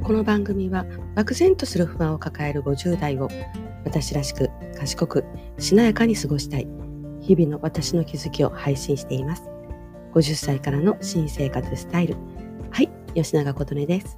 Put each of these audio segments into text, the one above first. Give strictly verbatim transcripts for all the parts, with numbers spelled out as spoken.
この番組は漠然とする不安を抱えるごじゅう代を私らしく賢くしなやかに過ごしたい日々の私の気づきを配信しています。ごじゅっさいからの新生活スタイル。はい、吉永琴音です。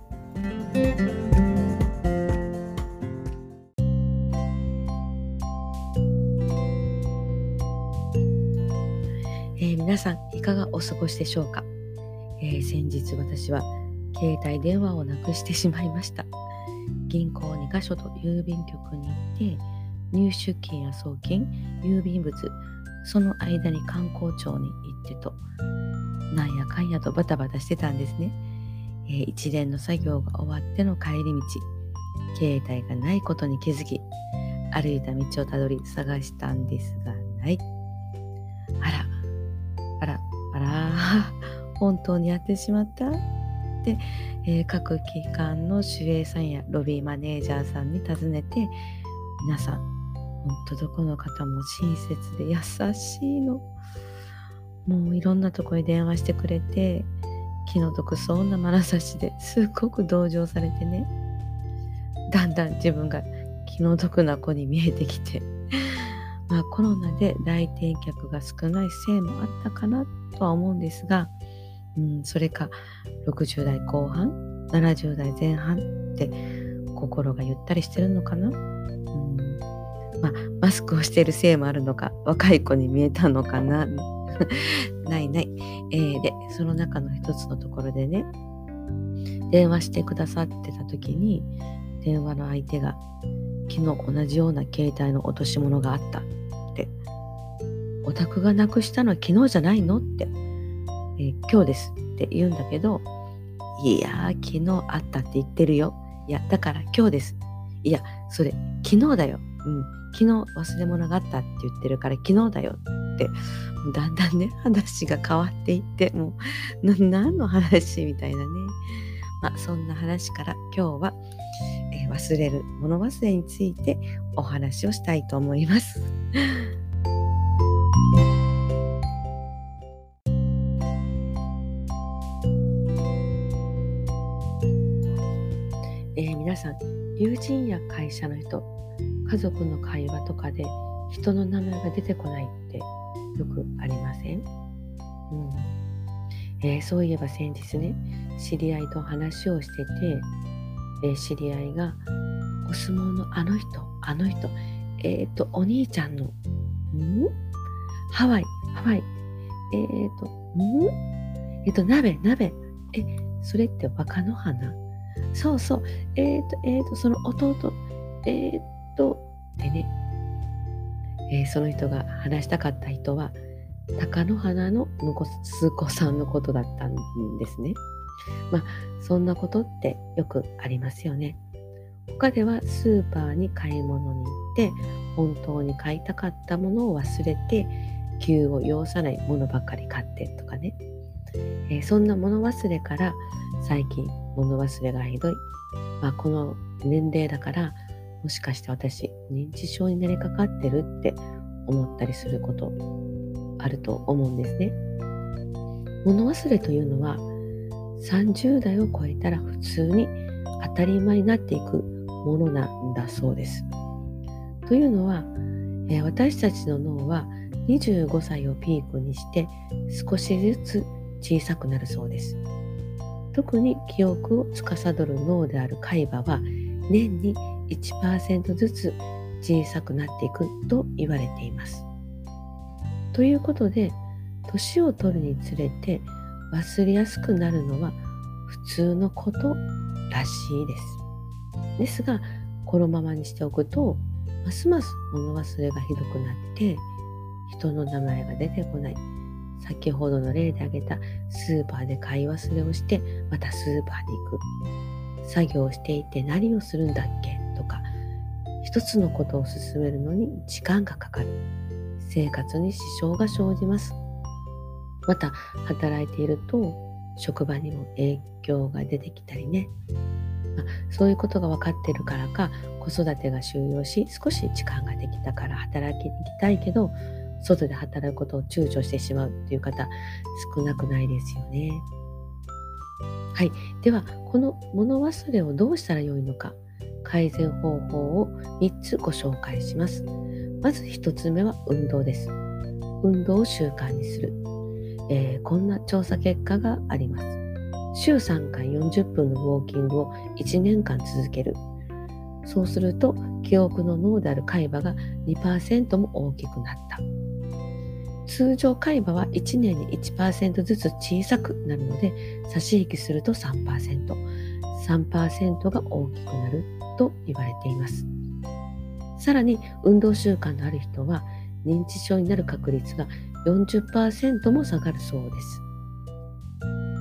えー、皆さんいかがお過ごしでしょうか。えー、先日私は携帯電話をなくしてしまいました。銀行にカ所と郵便局に行って入出金や送金、郵便物、その間に観光庁に行ってとなんやかんやとバタバタしてたんですね。えー、一連の作業が終わっての帰り道、携帯がないことに気づき、歩いた道をたどり探したんですがない。あらあらあら本当にやってしまったで、えー、各機関の守衛さんやロビーマネージャーさんに尋ねて、皆さん本当どこの方も親切で優しいの。もういろんなとこに電話してくれて、気の毒そうな眼差しですっごく同情されてね、だんだん自分が気の毒な子に見えてきてまあコロナで来店客が少ないせいもあったかなとは思うんですが、うん、それかろくじゅう代後半、ななじゅう代前半って心がゆったりしてるのかな、うん、まあマスクをしているせいもあるのか、若い子に見えたのかなないない、えー、でその中の一つのところでね、電話してくださってた時に電話の相手が昨日同じような携帯の落とし物があったって、お宅がなくしたのは昨日じゃないのって、えー、今日ですって言うんだけど、いやー昨日あったって言ってるよ、いやだから今日です、いやそれ昨日だよ、うん、昨日忘れ物があったって言ってるから昨日だよって、だんだんね話が変わっていって、もうな何の話みたいなね。まあそんな話から今日は、えー、忘れる物忘れについてお話をしたいと思いますえー、皆さん、友人や会社の人、家族の会話とかで人の名前が出てこないってよくありません？うんえー、そういえば先日ね、知り合いと話をしてて、えー、知り合いがお相撲のあの人、あの人、えっ、ー、とお兄ちゃんのんハワイ、ハワイ、えっ、ー、とんえっ、ー、と鍋、鍋、え、それって若の花？そうそう、えっ、ー、と、えっ、ー、と、その弟、えっ、ー、と、でね、えー、その人が話したかった人は、貴乃花の息子さんのことだったんですね。まあ、そんなことってよくありますよね。他ではスーパーに買い物に行って、本当に買いたかったものを忘れて、急を要さないものばかり買ってとかね。えー、そんな物忘れから最近物忘れがひどい、まあ、この年齢だからもしかして私認知症になりかかってるって思ったりすることあると思うんですね。物忘れというのはさんじゅう代を超えたら普通に当たり前になっていくものなんだそうです。というのは、えー、私たちの脳はにじゅうごさいをピークにして少しずつ小さくなるそうです。特に記憶を司る脳である海馬は年に いちパーセント ずつ小さくなっていくと言われています。ということで、年を取るにつれて忘れやすくなるのは普通のことらしいです。ですが、このままにしておくと、ますます物忘れがひどくなって、人の名前が出てこない。先ほどの例で挙げたスーパーで買い忘れをして、またスーパーに行く。作業していて何をするんだっけとか、一つのことを進めるのに時間がかかる。生活に支障が生じます。また、働いていると、職場にも影響が出てきたりね。まあ、そういうことが分かっているからか、子育てが終了し、少し時間ができたから働きに行きたいけど、外で働くことを躊躇してしまうという方、少なくないですよね。 はい。では、この物忘れをどうしたらよいのか、改善方法をみっつご紹介します。まずひとつめは運動です。運動を習慣にする。えーこんな調査結果があります。週さんかいよんじゅっぷんのウォーキングをいちねんかん続ける。そうすると、記憶の脳である海馬が にパーセント も大きくなった。通常海馬はいちねんに いちパーセント ずつ小さくなるので、差し引きすると さんパーセント、さんパーセント が大きくなると言われています。さらに運動習慣のある人は認知症になる確率が よんじゅっパーセント も下がるそうです。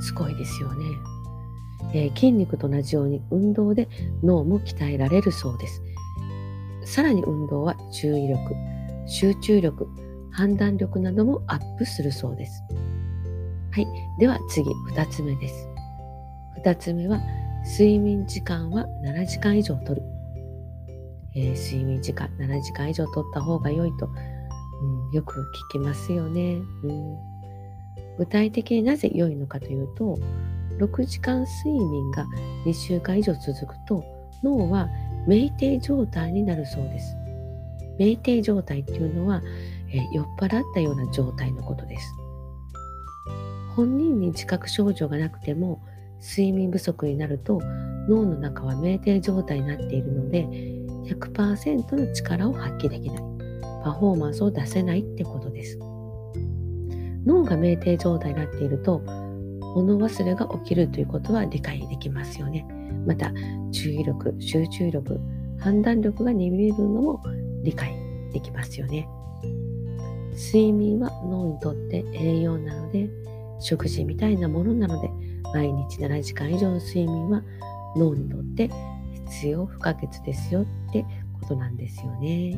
すごいですよね。えー筋肉と同じように運動で脳も鍛えられるそうです。さらに運動は注意力、集中力、判断力などもアップするそうです。はい。では次、ふたつめです。ふたつめは、睡眠時間はななじかん以上とる。えー睡眠時間ななじかん以上とった方が良いと、うん、よく聞きますよね。うん、具体的になぜ良いのかというと、ろくじかん睡眠がにしゅうかん以上続くと、脳は酩酊状態になるそうです。酩酊状態っていうのは、えー酔っ払ったような状態のことです。本人に自覚症状がなくても、睡眠不足になると脳の中は酩酊状態になっているので、ひゃくパーセント の力を発揮できない、パフォーマンスを出せないってことです。脳が酩酊状態になっていると、物忘れが起きるということは理解できますよね。また、注意力、集中力、判断力が鈍るのも理解できますよね。睡眠は脳にとって栄養なので、食事みたいなものなので、毎日ななじかん以上の睡眠は脳にとって必要不可欠ですよってことなんですよね。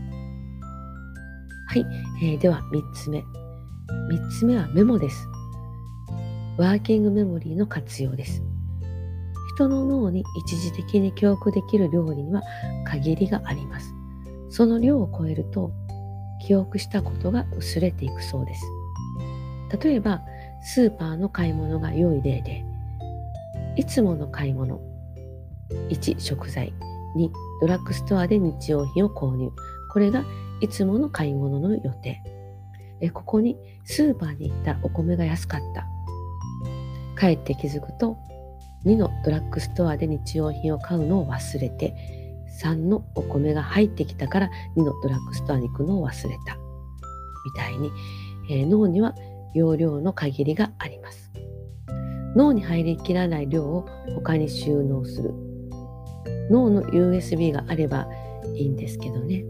はい、えーではみっつめ。みっつめはメモです。ワーキングメモリーの活用です。人の脳に一時的に記憶できる量には限りがあります。その量を超えると、記憶したことが薄れていくそうです。例えば、スーパーの買い物が良い例で、いつもの買い物、いち食材、にドラッグストアで日用品を購入。これがいつもの買い物の予定。えここにスーパーに行ったらお米が安かった。帰って気づくと、にのドラッグストアで日用品を買うのを忘れて、さんのお米が入ってきたからにのドラッグストアに行くのを忘れた。みたいに、えー脳には容量の限りがあります。脳に入りきらない量を他に収納する。脳の ユーエスビー があればいいんですけどね。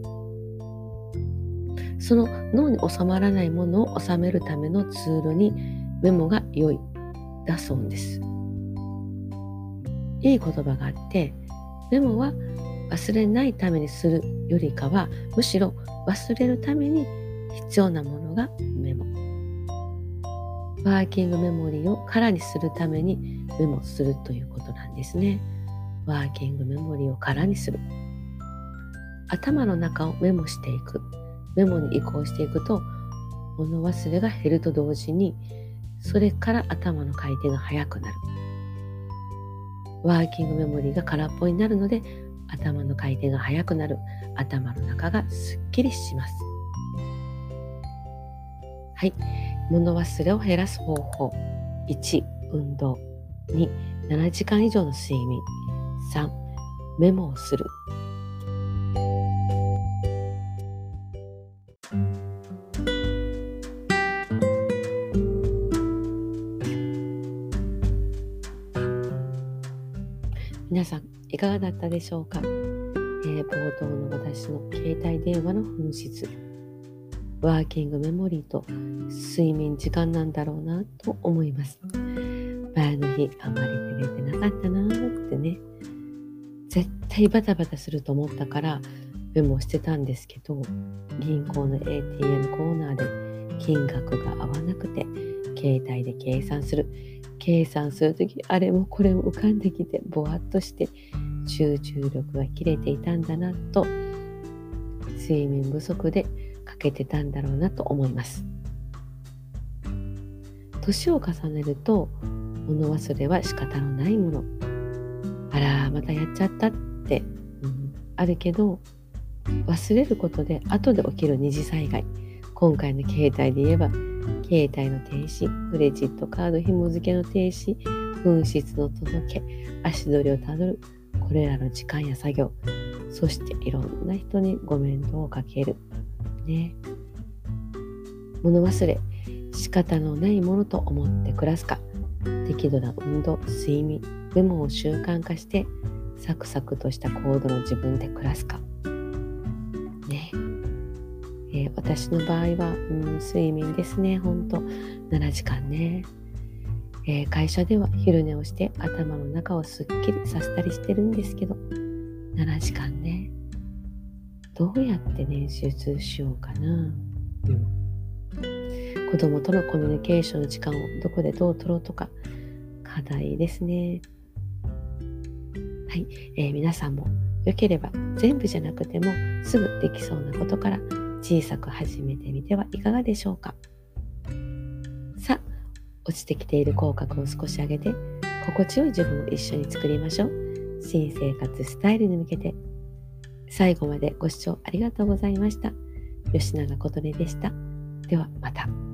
その脳に収まらないものを収めるためのツールにメモが良いだそうです。いい言葉があって、メモは忘れないためにするよりかは、むしろ忘れるために必要なものがメモ。ワーキングメモリーを空にするためにメモするということなんですね。ワーキングメモリーを空にする。頭の中をメモしていく。メモに移行していくと、物忘れが減ると同時に、それから頭の回転が速くなる。ワーキングメモリーが空っぽになるので、頭の回転が速くなる。頭の中がすっきりします。はい。物忘れを減らす方法。いち、運動。に、ななじかん以上の睡眠。さん、メモをする。皆さん、いかがだったでしょうか。えー、冒頭の私の携帯電話の本質。ワーキングメモリーと睡眠時間なんだろうなと思います。前の日あまり寝れてなかったなーってね、絶対バタバタすると思ったからメモしてたんですけど、銀行の エーティーエム コーナーで金額が合わなくて携帯で計算する計算するとき、あれもこれも浮かんできてぼわっとして集中力が切れていたんだなと、睡眠不足で欠けてたんだろうなと思います。年を重ねると物忘れは仕方のないもの。あらまたやっちゃったって、うん、あるけど、忘れることで後で起きる二次災害、今回の携帯で言えば携帯の停止、クレジットカード紐付けの停止、紛失の届け、足取りをたどる、これらの時間や作業、そしていろんな人にご面倒をかけるね。物忘れ、仕方のないものと思って暮らすか、適度な運動、睡眠、メモを習慣化してサクサクとした行動の自分で暮らすかね。えー、私の場合は、うん、睡眠ですね。ほんとななじかんね。えー、会社では昼寝をして頭の中をすっきりさせたりしてるんですけど、ななじかんね。どうやってね集中しようかな、うん、子供とのコミュニケーションの時間をどこでどう取ろうとか課題ですね。はい、えー、皆さんもよければ全部じゃなくてもすぐできそうなことから小さく始めてみてはいかがでしょうか。さあ、落ちてきている口角を少し上げて心地よい自分を一緒に作りましょう。新生活スタイルに向けて。最後までご視聴ありがとうございました。吉永琴音でした。ではまた。